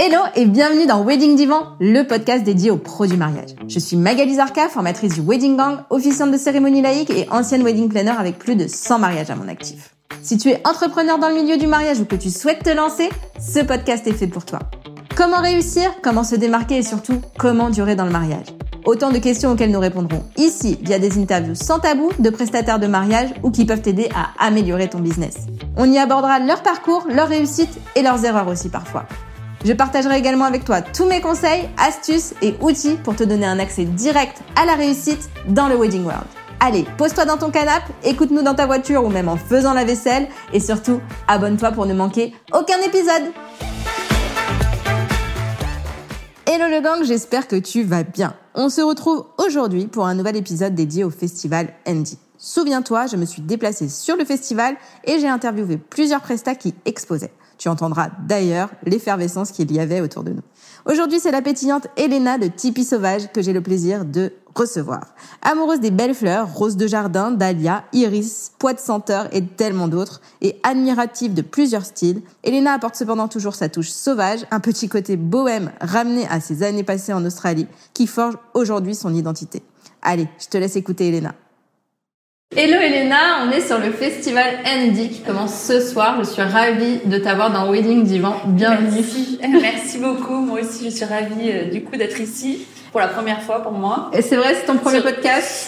Hello et bienvenue dans Wedding Divan, le podcast dédié aux pros du mariage. Je suis Magali Zarka, formatrice du Wedding Gang, officiante de cérémonie laïque et ancienne wedding planner avec plus de 100 mariages à mon actif. Si tu es entrepreneur dans le milieu du mariage ou que tu souhaites te lancer, ce podcast est fait pour toi. Comment réussir, comment se démarquer et surtout, comment durer dans le mariage. Autant de questions auxquelles nous répondrons ici via des interviews sans tabou de prestataires de mariage ou qui peuvent t'aider à améliorer ton business. On y abordera leur parcours, leurs réussites et leurs erreurs aussi parfois. Je partagerai également avec toi tous mes conseils, astuces et outils pour te donner un accès direct à la réussite dans le Wedding World. Allez, pose-toi dans ton canapé, écoute-nous dans ta voiture ou même en faisant la vaisselle et surtout, abonne-toi pour ne manquer aucun épisode. Hello le gang, j'espère que tu vas bien. On se retrouve aujourd'hui pour un nouvel épisode dédié au festival Andy. Souviens-toi, je me suis déplacée sur le festival et j'ai interviewé plusieurs prestats qui exposaient. Tu entendras d'ailleurs l'effervescence qu'il y avait autour de nous. Aujourd'hui, c'est la pétillante Elena de Tipi Sauvage que j'ai le plaisir de recevoir. Amoureuse des belles fleurs, roses de jardin, dahlia, iris, pois de senteur et tellement d'autres, et admirative de plusieurs styles, Elena apporte cependant toujours sa touche sauvage, un petit côté bohème ramené à ses années passées en Australie, qui forge aujourd'hui son identité. Allez, je te laisse écouter Elena. Hello Elena, on est sur le festival Andy qui commence ce soir. Je suis ravie de t'avoir dans Wedding Divan. Bienvenue. Merci beaucoup. Moi aussi, je suis ravie du coup d'être ici pour la première fois pour moi. Et c'est vrai, c'est ton premier podcast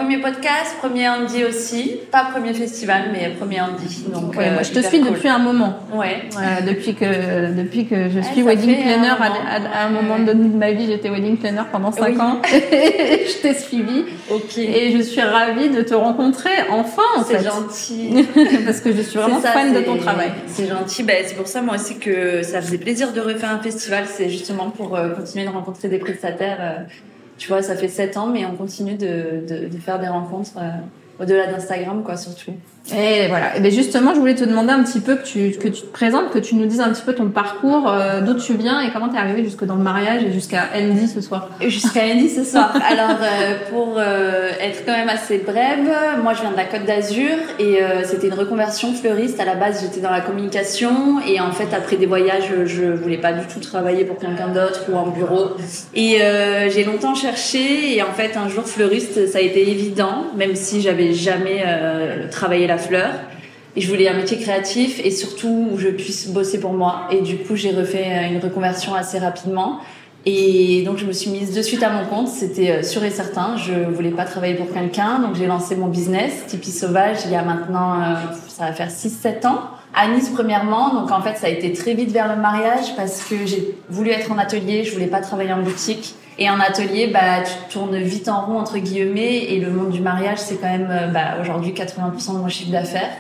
premier Andy aussi. Pas premier festival, mais premier Andy. Donc, ouais, moi je te suis depuis un moment. Ouais. Depuis que je suis wedding planner. À un moment donné de ma vie, j'étais wedding planner pendant 5 ans. Je t'ai suivi. Ok. Et je suis ravie de te rencontrer enfin. C'est gentil. Parce que je suis vraiment fan de ton travail. C'est gentil. C'est pour ça moi aussi que ça faisait plaisir de refaire un festival. C'est justement pour continuer de rencontrer des prestataires. Tu vois, ça fait 7 ans, mais on continue de faire des rencontres au-delà d'Instagram, quoi, surtout. Et voilà. Et bien justement, je voulais te demander un petit peu que tu te présentes, que tu nous dises un petit peu ton parcours, d'où tu viens et comment t'es arrivée jusque dans le mariage et jusqu'à Andy ce soir. Jusqu'à Andy ce soir. Alors, pour être quand même assez brève, moi je viens de la Côte d'Azur et c'était une reconversion fleuriste. À la base, j'étais dans la communication et en fait, après des voyages, je voulais pas du tout travailler pour quelqu'un d'autre ou en bureau. Et j'ai longtemps cherché et en fait, un jour fleuriste, ça a été évident, même si j'avais jamais travaillé la fleur. Et je voulais un métier créatif et surtout où je puisse bosser pour moi. Et du coup, j'ai refait une reconversion assez rapidement. Et donc, je me suis mise de suite à mon compte. C'était sûr et certain. Je voulais pas travailler pour quelqu'un. Donc, j'ai lancé mon business, Tipi Sauvage, il y a maintenant, ça va faire 6-7 ans. À Nice, premièrement. Donc, en fait, ça a été très vite vers le mariage parce que j'ai voulu être en atelier. Je voulais pas travailler en boutique. Et en atelier, tu tournes vite en rond, entre guillemets, et le monde du mariage, c'est quand même, aujourd'hui, 80% de mon chiffre d'affaires.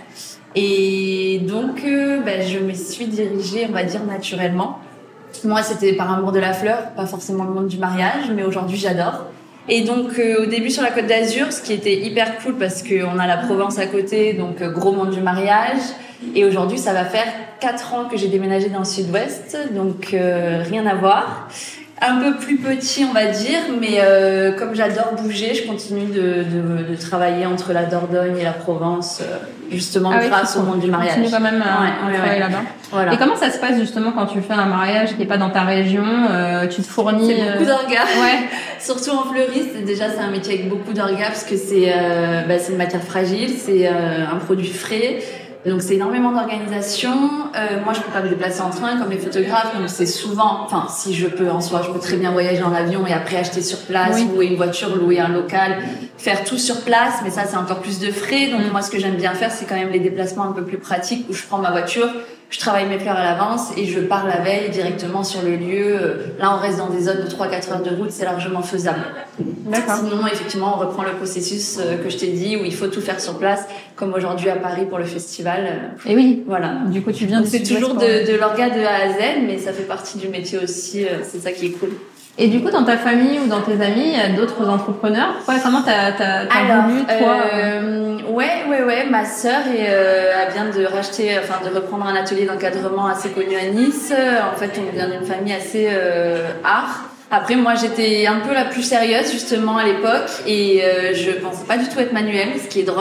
Et donc, je me suis dirigée, on va dire, naturellement. Moi, c'était par amour de la fleur, pas forcément le monde du mariage, mais aujourd'hui, j'adore. Et donc, au début, sur la Côte d'Azur, ce qui était hyper cool parce qu'on a la Provence à côté, donc gros monde du mariage. Et aujourd'hui, ça va faire 4 ans que j'ai déménagé dans le sud-ouest, donc rien à voir. Un peu plus petit, on va dire, mais comme j'adore bouger, je continue de travailler entre la Dordogne et la Provence, justement grâce au monde du mariage. Tu continues quand même à travailler là-bas. Voilà. Et comment ça se passe justement quand tu fais un mariage qui n'est pas dans ta région, tu te fournis... C'est beaucoup d'orgas. Ouais. Surtout en fleuriste, déjà c'est un métier avec beaucoup d'orgas parce que c'est une matière fragile, c'est un produit frais. Donc c'est énormément d'organisation. Moi je peux pas me déplacer en train comme les photographes, donc c'est souvent, enfin si je peux en soi, je peux très bien voyager en avion et après acheter sur place, louer une voiture, louer un local, faire tout sur place, mais ça c'est encore plus de frais. Donc moi ce que j'aime bien faire c'est quand même les déplacements un peu plus pratiques où je prends ma voiture, je travaille mes fleurs à l'avance et je pars la veille directement sur le lieu. Là on reste dans des zones de 3-4 heures de route, c'est largement faisable. D'accord. Sinon effectivement on reprend le processus que je t'ai dit où il faut tout faire sur place, comme aujourd'hui à Paris pour le festival. Et oui, voilà. Du coup tu viens. Donc c'est toujours de l'orga de A à Z, mais ça fait partie du métier aussi. C'est ça qui est cool. Et du coup, dans ta famille ou dans tes amis, il y a d'autres entrepreneurs. Comment t'as voulu, toi Ouais. Ma sœur elle vient de racheter, de reprendre un atelier d'encadrement assez connu à Nice. En fait, on vient d'une famille assez art. Après, moi, j'étais un peu la plus sérieuse, justement, à l'époque, et je pensais pas du tout être manuelle, ce qui est drôle.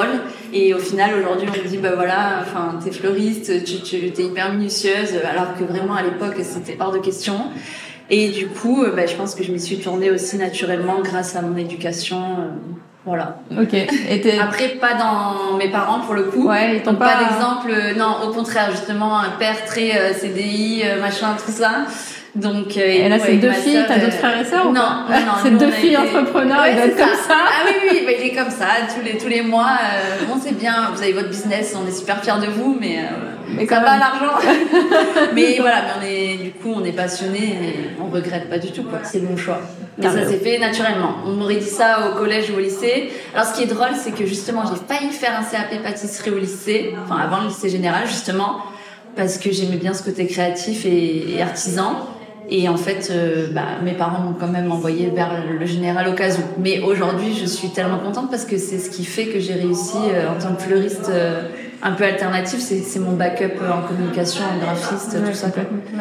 Et au final, aujourd'hui, on me dit, bah voilà, enfin, t'es fleuriste, t'es hyper minutieuse, alors que vraiment, à l'époque, c'était hors de question. Et du coup, je pense que je m'y suis tournée aussi naturellement grâce à mon éducation. Voilà. Ok. Après, pas dans mes parents pour le coup. Ouais, ils t'ont pas d'exemple. Non, au contraire, justement, un père très CDI, machin, tout ça. Donc, et là, c'est deux filles, t'as d'autres frères et sœurs ou non, c'est deux filles entrepreneurs, ouais, ils doivent être comme ça. Ah oui, il est comme ça, tous les mois. Bon, c'est bien, vous avez votre business, on est super fiers de vous, mais ça va l'argent. Mais voilà, on est passionnés et on regrette pas du tout, quoi. C'est le bon choix. Mais ça s'est fait naturellement. On m'aurait dit ça au collège ou au lycée. Alors, ce qui est drôle, c'est que justement, j'ai failli faire un CAP pâtisserie au lycée, enfin, avant le lycée général, justement, parce que j'aimais bien ce côté créatif et artisan. Et en fait, mes parents m'ont quand même envoyé vers le général au cas où. Mais aujourd'hui, je suis tellement contente parce que c'est ce qui fait que j'ai réussi en tant que fleuriste un peu alternative. C'est mon backup en communication, en graphiste, tout ça.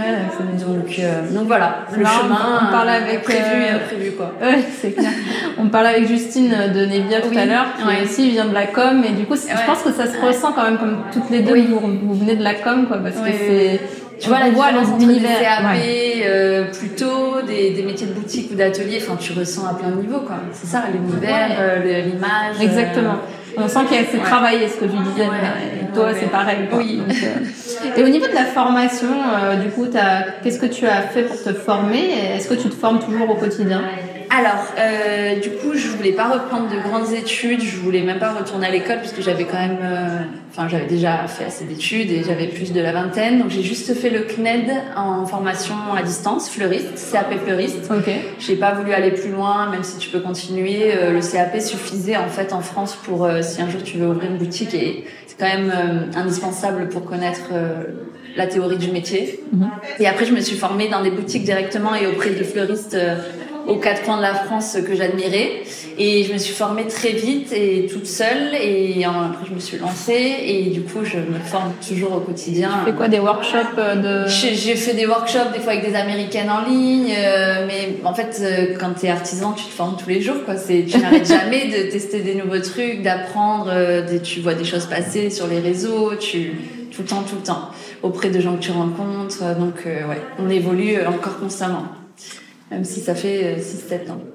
Donc voilà, le chemin on parle avec prévu quoi. Ouais, c'est clair. On parlait avec Justine de Nevia tout à l'heure, qui aussi vient de la com, et du coup, je pense que ça se ressent quand même comme toutes les deux. Vous venez de la com, quoi, parce que c'est. Tu vois la différence entre des CAP plutôt des métiers de boutique ou d'atelier, enfin tu ressens à plein de niveaux quoi. C'est ça l'univers, l'image. Exactement. On sent qu'elle s'est travaillée, ce que tu disais. Toi, c'est pareil. Quoi. Oui. Donc, et au niveau de la formation, du coup, qu'est-ce que tu as fait pour te former? Est-ce que tu te formes toujours au quotidien? Alors, du coup, je voulais pas reprendre de grandes études, je voulais même pas retourner à l'école parce que j'avais quand même, j'avais déjà fait assez d'études et j'avais plus de la vingtaine, donc j'ai juste fait le CNED en formation à distance, fleuriste, CAP fleuriste. Ok. J'ai pas voulu aller plus loin, même si tu peux continuer. Le CAP suffisait en fait en France pour si un jour tu veux ouvrir une boutique et c'est quand même indispensable pour connaître la théorie du métier. Mm-hmm. Et après, je me suis formée dans des boutiques directement et auprès de fleuristes. Aux quatre coins de la France que j'admirais et je me suis formée très vite et toute seule et après je me suis lancée et du coup je me forme toujours au quotidien. Tu fais quoi, des workshops J'ai fait des workshops des fois avec des américaines en ligne mais en fait quand t'es artisan tu te formes tous les jours quoi, tu n'arrêtes jamais de tester des nouveaux trucs, d'apprendre, tu vois des choses passer sur les réseaux, tout le temps auprès de gens que tu rencontres donc on évolue encore constamment. Même si ça fait 6-7 ans.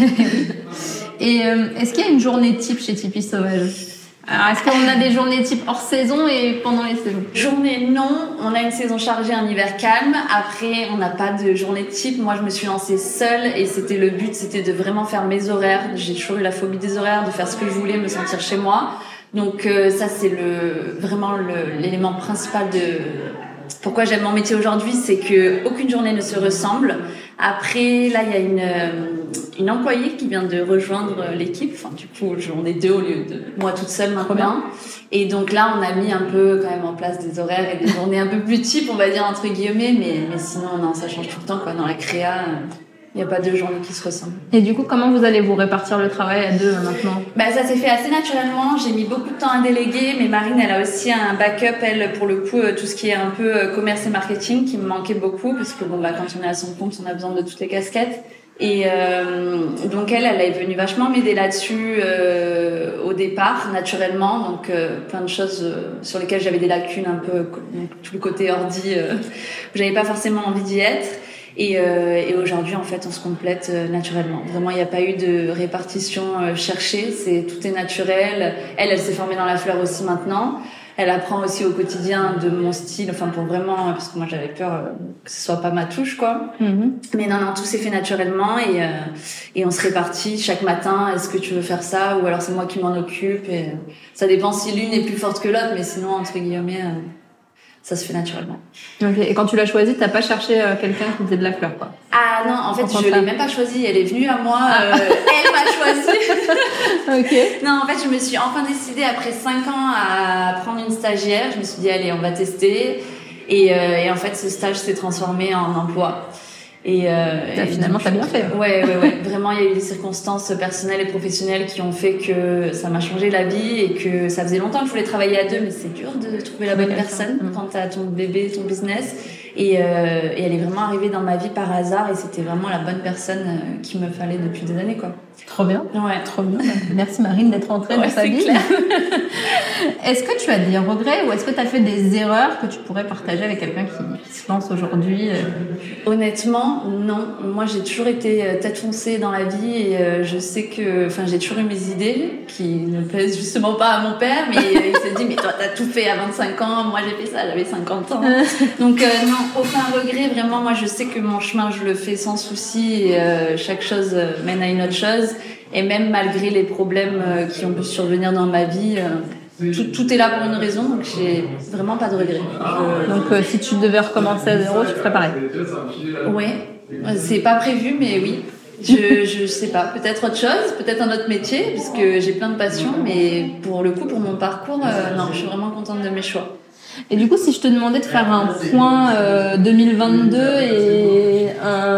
Et est-ce qu'il y a une journée type chez Tipi Sauvage? Alors, est-ce qu'on a des journées type hors saison et pendant les saisons? Journée, non. On a une saison chargée, un hiver calme. Après, on n'a pas de journée type. Moi, je me suis lancée seule et le but, c'était de vraiment faire mes horaires. J'ai toujours eu la phobie des horaires, de faire ce que je voulais, me sentir chez moi. Donc, ça, c'est vraiment l'élément principal pourquoi j'aime mon métier aujourd'hui, c'est que aucune journée ne se ressemble. Après, là, il y a une employée qui vient de rejoindre l'équipe. Enfin, du coup, on est deux au lieu de moi toute seule maintenant. Et donc là, on a mis un peu quand même en place des horaires et des journées un peu plus types, on va dire entre guillemets. Mais sinon, non, ça change tout le temps, quoi. Dans la créa, il n'y a pas deux journées qui se ressemblent. Et du coup, comment vous allez vous répartir le travail à deux maintenant? Ça s'est fait assez naturellement. J'ai mis beaucoup de temps à déléguer, mais Marine, elle a aussi un backup, elle, pour le coup, tout ce qui est un peu commerce et marketing, qui me manquait beaucoup, parce que quand on est à son compte, on a besoin de toutes les casquettes. Et donc elle est venue vachement m'aider là-dessus au départ, naturellement. Donc plein de choses sur lesquelles j'avais des lacunes un peu, donc, tout le côté ordi, j'avais pas forcément envie d'y être. Et aujourd'hui, en fait, on se complète naturellement. Vraiment, il n'y a pas eu de répartition cherchée. Tout est naturel. Elle s'est formée dans la fleur aussi maintenant. Elle apprend aussi au quotidien de mon style, enfin pour vraiment, parce que moi j'avais peur que ce soit pas ma touche, quoi. Mm-hmm. Mais non, tout s'est fait naturellement et on se répartit chaque matin. Est-ce que tu veux faire ça ou alors c'est moi qui m'en occupe et ça dépend si l'une est plus forte que l'autre, mais sinon entre guillemets. Ça se fait naturellement. Ok. Et quand tu l'as choisie, t'as pas cherché quelqu'un qui faisait de la fleur, quoi? Ah non, en fait, je l'ai même pas choisie. Elle est venue à moi. Elle m'a choisie. Ok. Non, en fait, je me suis enfin décidée après 5 ans à prendre une stagiaire. Je me suis dit, allez, on va tester. Et en fait, ce stage s'est transformé en emploi. Et finalement, t'as bien fait. Ouais. Vraiment, il y a eu des circonstances personnelles et professionnelles qui ont fait que ça m'a changé la vie et que ça faisait longtemps que je voulais travailler à deux, mais c'est dur de trouver la bonne personne quand t'as ton bébé, ton business. Et elle est vraiment arrivée dans ma vie par hasard et c'était vraiment la bonne personne qu'il me fallait depuis des années, quoi. Trop bien. Ouais. Trop bien. Merci Marine d'être entrée dans sa vie. Est-ce que tu as des regrets ou est-ce que tu as fait des erreurs que tu pourrais partager avec quelqu'un qui se lance aujourd'hui? Honnêtement, non. Moi, j'ai toujours été tête foncée dans la vie et je sais que, j'ai toujours eu mes idées qui ne plaisent justement pas à mon père, mais il s'est dit, mais toi, t'as tout fait à 25 ans, moi j'ai fait ça, j'avais 50 ans. Donc non, aucun regret, vraiment. Moi, je sais que mon chemin, je le fais sans souci et chaque chose mène à une autre chose. Et même malgré les problèmes qui ont pu survenir dans ma vie, tout est là pour une raison, donc j'ai vraiment pas de regrets. Donc si tu devais recommencer à zéro, tu ferais pareil? Ouais, c'est pas prévu, mais oui. Je sais pas, peut-être autre chose, peut-être un autre métier, parce que j'ai plein de passions, mais pour le coup, pour mon parcours, non, je suis vraiment contente de mes choix. Et du coup, si je te demandais de faire un point 2022 et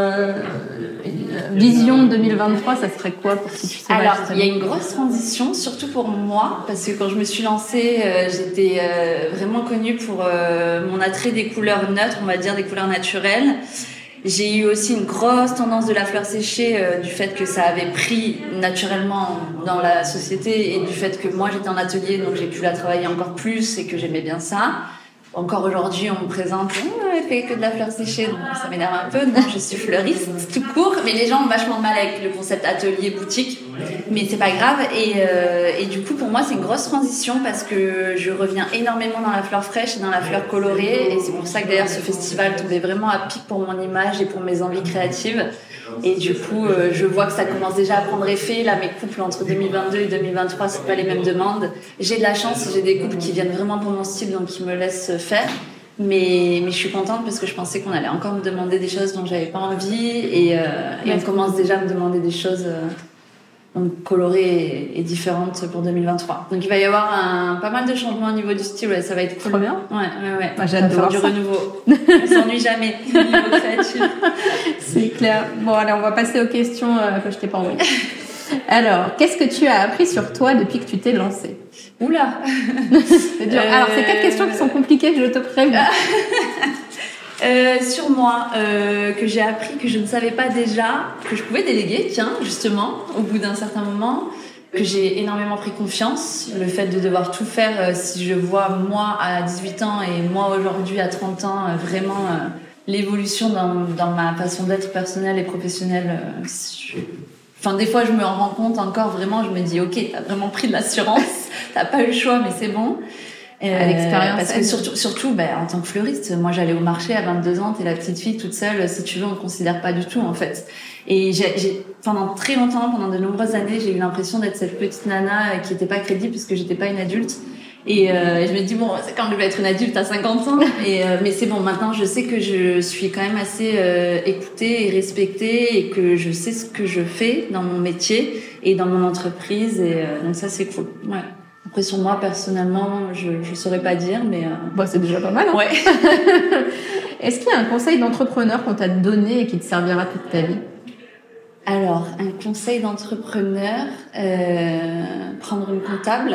une vision de 2023, ça serait quoi pour que tu sois? Alors, il y a une grosse transition, surtout pour moi, parce que quand je me suis lancée, j'étais vraiment connue pour mon attrait des couleurs neutres, on va dire des couleurs naturelles. J'ai eu aussi une grosse tendance de la fleur séchée du fait que ça avait pris naturellement dans la société et du fait que moi j'étais en atelier, donc j'ai pu la travailler encore plus et que j'aimais bien ça. Encore aujourd'hui, on me présente, elle fait que de la fleur séchée, donc ça m'énerve un peu. Non, je suis fleuriste tout court, mais les gens ont vachement de mal avec le concept atelier boutique, mais c'est pas grave. Et du coup, pour moi, c'est une grosse transition parce que je reviens énormément dans la fleur fraîche et dans la fleur colorée, et c'est pour ça que d'ailleurs ce festival tombait vraiment à pic pour mon image et pour mes envies créatives. Et du coup, je vois que ça commence déjà à prendre effet. Là, mes couples entre 2022 et 2023, c'est pas les mêmes demandes. J'ai de la chance, j'ai des couples qui viennent vraiment pour mon style, donc qui me laissent faire. Mais je suis contente parce que je pensais qu'on allait encore me demander des choses dont j'avais pas envie. Et on commence déjà à me demander des choses colorées et différentes pour 2023. Donc il va y avoir pas mal de changements au niveau du style. Ouais, ça va être cool. Trop bien. Ouais. Moi, j'ai hâte de voir du ça. renouveau. On s'ennuie jamais au niveau créatif. C'est clair. Bon, allez, on va passer aux questions que je t'ai pas envoyées. Alors, qu'est-ce que tu as appris sur toi depuis que tu t'es lancée? Oula. C'est dur. Alors, c'est 4 questions qui sont compliquées, je te préviens. Sur moi, que j'ai appris que je ne savais pas déjà, que je pouvais déléguer, tiens, justement, au bout d'un certain moment, que j'ai énormément pris confiance, le fait de devoir tout faire, si je vois moi à 18 ans et moi aujourd'hui à 30 ans, vraiment l'évolution dans ma façon d'être personnelle et professionnelle. Des fois, je me rends compte encore, vraiment, je me dis, ok, t'as vraiment pris de l'assurance, t'as pas eu le choix, mais c'est bon. À l'expérience. Parce que surtout, en tant que fleuriste, moi j'allais au marché à 22 ans, t'es la petite fille toute seule, si tu veux, on ne considère pas du tout en fait. Et pendant très longtemps, pendant de nombreuses années, j'ai eu l'impression d'être cette petite nana qui était pas crédible parce que j'étais pas une adulte. Et je me dis, bon, c'est quand je vais être une adulte à 50 ans. Mais c'est bon, maintenant je sais que je suis quand même assez écoutée et respectée et que je sais ce que je fais dans mon métier et dans mon entreprise. Et donc ça, c'est cool. Ouais. Après, sur moi, personnellement, je saurais pas dire, mais... c'est déjà pas mal, hein. Ouais. Est-ce qu'il y a un conseil d'entrepreneur qu'on t'a donné et qui te servira toute ta vie? Alors, un conseil d'entrepreneur, prendre une comptable.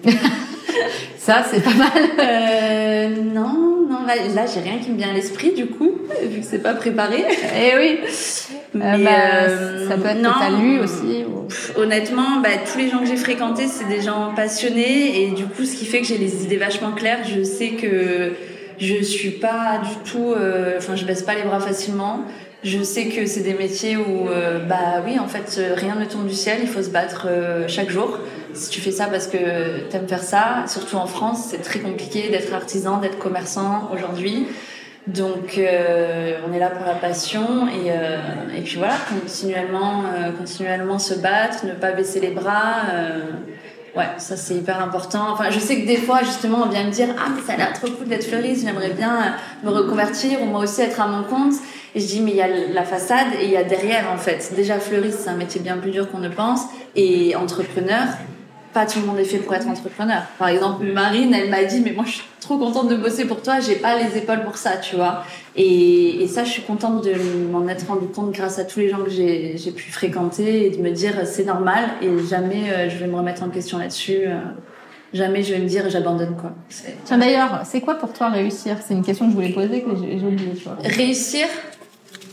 Ça, c'est pas mal. Non, là, j'ai rien qui me vient à l'esprit, du coup, vu que c'est pas préparé. Eh oui. Mais ça peut être que t'as lu aussi. Honnêtement, tous les gens que j'ai fréquentés, c'est des gens passionnés, et du coup, ce qui fait que j'ai les idées vachement claires. Je sais que je suis pas du tout, je baisse pas les bras facilement. Je sais que c'est des métiers où, oui, en fait, rien ne tombe du ciel. Il faut se battre chaque jour. Si tu fais ça parce que t'aimes faire ça, surtout en France, c'est très compliqué d'être artisan, d'être commerçant aujourd'hui. Donc, on est là pour la passion et puis voilà, continuellement se battre, ne pas baisser les bras. Ouais, ça c'est hyper important. Je sais que des fois, justement, on vient me dire « Ah, mais ça a l'air trop cool d'être fleuriste, j'aimerais bien me reconvertir ou moi aussi être à mon compte. » Et je dis « Mais il y a la façade et il y a derrière, en fait. Déjà, fleuriste, c'est un métier bien plus dur qu'on ne pense. Et entrepreneur, pas tout le monde est fait pour être entrepreneur. Par exemple, Marine, elle m'a dit « Mais moi, je suis trop contente de bosser pour toi, j'ai pas les épaules pour ça, tu vois. » Et ça, je suis contente de m'en être rendu compte grâce à tous les gens que j'ai pu fréquenter et de me dire c'est normal et jamais je vais me remettre en question là-dessus. Jamais je vais me dire j'abandonne quoi. Tiens, d'ailleurs, c'est quoi pour toi réussir? C'est une question que je voulais poser que j'ai oublié, tu vois. Réussir,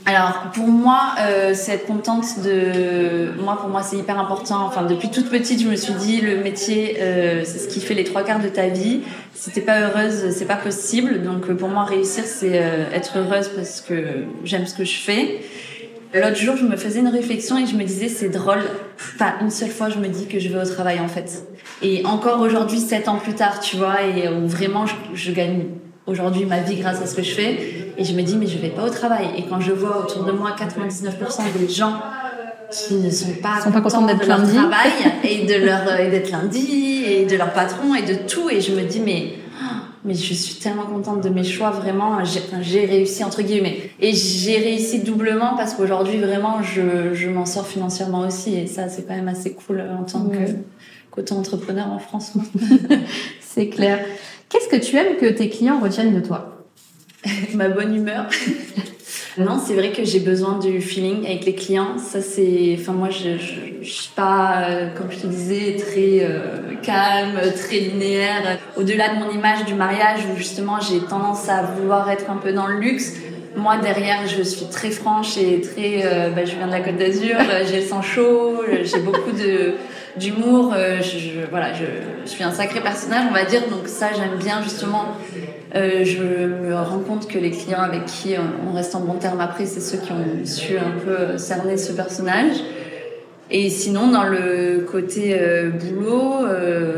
Alors pour moi, c'est être contente pour moi c'est hyper important. Enfin depuis toute petite, je me suis dit le métier, c'est ce qui fait les 3/4 de ta vie. Si t'es pas heureuse, c'est pas possible. Donc pour moi réussir, c'est être heureuse parce que j'aime ce que je fais. L'autre jour, je me faisais une réflexion et je me disais c'est drôle. Enfin une seule fois, je me dis que je vais au travail en fait. Et encore aujourd'hui, 7 ans plus tard, tu vois, et où vraiment je gagne aujourd'hui ma vie grâce à ce que je fais. Et je me dis, mais je vais pas au travail. Et quand je vois autour de moi 99% des gens qui ne sont pas contents de leur travail et d'être lundi et de leur patron et de tout, et je me dis, mais je suis tellement contente de mes choix, vraiment. J'ai réussi, entre guillemets. Et j'ai réussi doublement parce qu'aujourd'hui, vraiment, je m'en sors financièrement aussi. Et ça, c'est quand même assez cool en tant qu'auto-entrepreneur en France. C'est clair. Qu'est-ce que tu aimes que tes clients retiennent de toi ? Ma bonne humeur. Non, c'est vrai que j'ai besoin du feeling avec les clients. Ça, moi, je suis pas, comme je te disais, très calme, très linéaire. Au-delà de mon image du mariage, où justement, j'ai tendance à vouloir être un peu dans le luxe. Moi, derrière, je suis très franche et très... je viens de la Côte d'Azur, j'ai le sang chaud, j'ai beaucoup d'humour. Je suis un sacré personnage, on va dire. Donc ça, j'aime bien, justement. Je me rends compte que les clients avec qui on reste en bon terme après, c'est ceux qui ont su un peu cerner ce personnage. Et sinon, dans le côté boulot,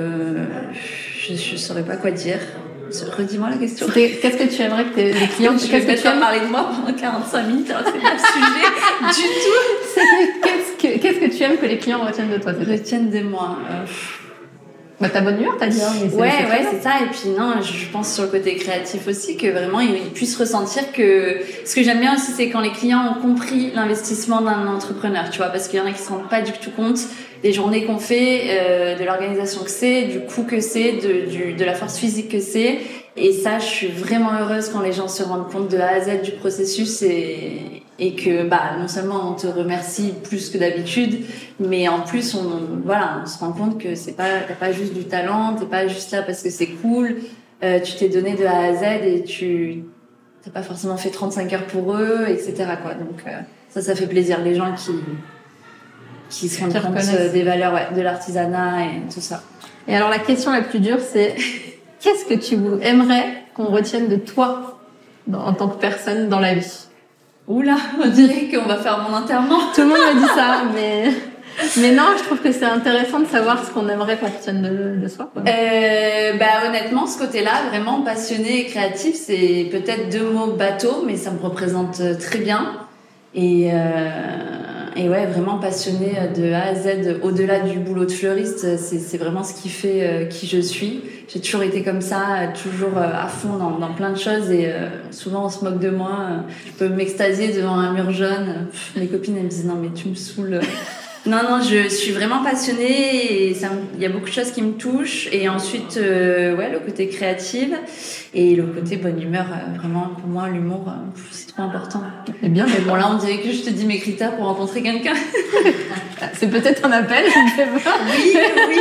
je saurais pas quoi dire. Redis-moi la question. Qu'est-ce que tu aimerais que les clients... Je vais pas parler de moi pendant 45 minutes, alors c'est pas le sujet du tout. Qu'est-ce que tu aimes que les clients retiennent de toi? Retiennent de moi. Ta bonne humeur, t'as dit. Ouais, c'est ça. Et puis non, je pense sur le côté créatif aussi, que vraiment ils puissent ressentir que... Ce que j'aime bien aussi, c'est quand les clients ont compris l'investissement d'un entrepreneur, tu vois, parce qu'il y en a qui se rendent pas du tout compte des journées qu'on fait, de l'organisation que c'est, du coût que c'est, de la force physique que c'est. Et ça, je suis vraiment heureuse quand les gens se rendent compte de A à Z du processus et que non seulement on te remercie plus que d'habitude, mais en plus on se rend compte que t'as pas juste du talent, t'es pas juste là parce que c'est cool, tu t'es donné de A à Z et t'as pas forcément fait 35 heures pour eux, etc. quoi. Donc ça fait plaisir, les gens qui se rendent compte des valeurs de l'artisanat et tout ça. Et alors la question la plus dure, c'est qu'est-ce que tu aimerais qu'on retienne de toi en tant que personne dans la vie? Oula, on dirait qu'on va faire mon enterrement. Tout le monde me dit ça, mais non, je trouve que c'est intéressant de savoir ce qu'on aimerait qu'on retienne de soi, quoi. Honnêtement, ce côté-là, vraiment passionné et créatif, c'est peut-être 2 mots bateau, mais ça me représente très bien. Et ouais, vraiment passionnée de A à Z, au-delà du boulot de fleuriste, c'est vraiment ce qui fait qui je suis. J'ai toujours été comme ça, toujours à fond dans plein de choses et souvent on se moque de moi. Je peux m'extasier devant un mur jaune. Mes copines elles me disent non mais tu me saoules. Non, je suis vraiment passionnée et il y a beaucoup de choses qui me touchent. Et ensuite, le côté créatif et le côté bonne humeur. Vraiment, pour moi, l'humour, c'est trop important. Eh bien, mais bon, là, on dirait que je te dis mes critères pour rencontrer quelqu'un. C'est peut-être un appel, je ne sais pas. Oui.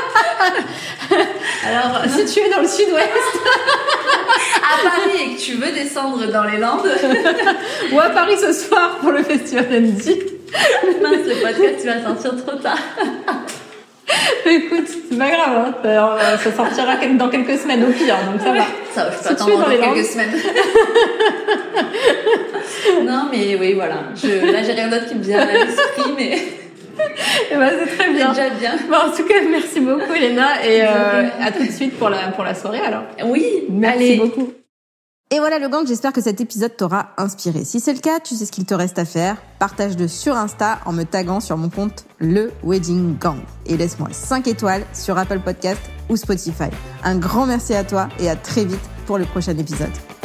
Alors, si tu es dans le sud-ouest, à Paris et que tu veux descendre dans les Landes, ou à Paris ce soir pour le festival Andy. Mince, le podcast, tu vas sortir trop tard. Écoute, c'est pas grave, hein. Ça sortira dans quelques semaines au pire, donc ça va. Ça, je peux attendre dans quelques semaines. Non, mais oui, voilà. Là, j'ai rien d'autre qui me vient à l'esprit, mais... c'est très bien. C'est déjà bien. En tout cas, merci beaucoup, Elena, et à tout de suite pour la soirée, alors. Oui, merci beaucoup. Et voilà le gang, j'espère que cet épisode t'aura inspiré. Si c'est le cas, tu sais ce qu'il te reste à faire. Partage-le sur Insta en me taguant sur mon compte Le Wedding Gang. Et laisse-moi 5 étoiles sur Apple Podcast ou Spotify. Un grand merci à toi et à très vite pour le prochain épisode.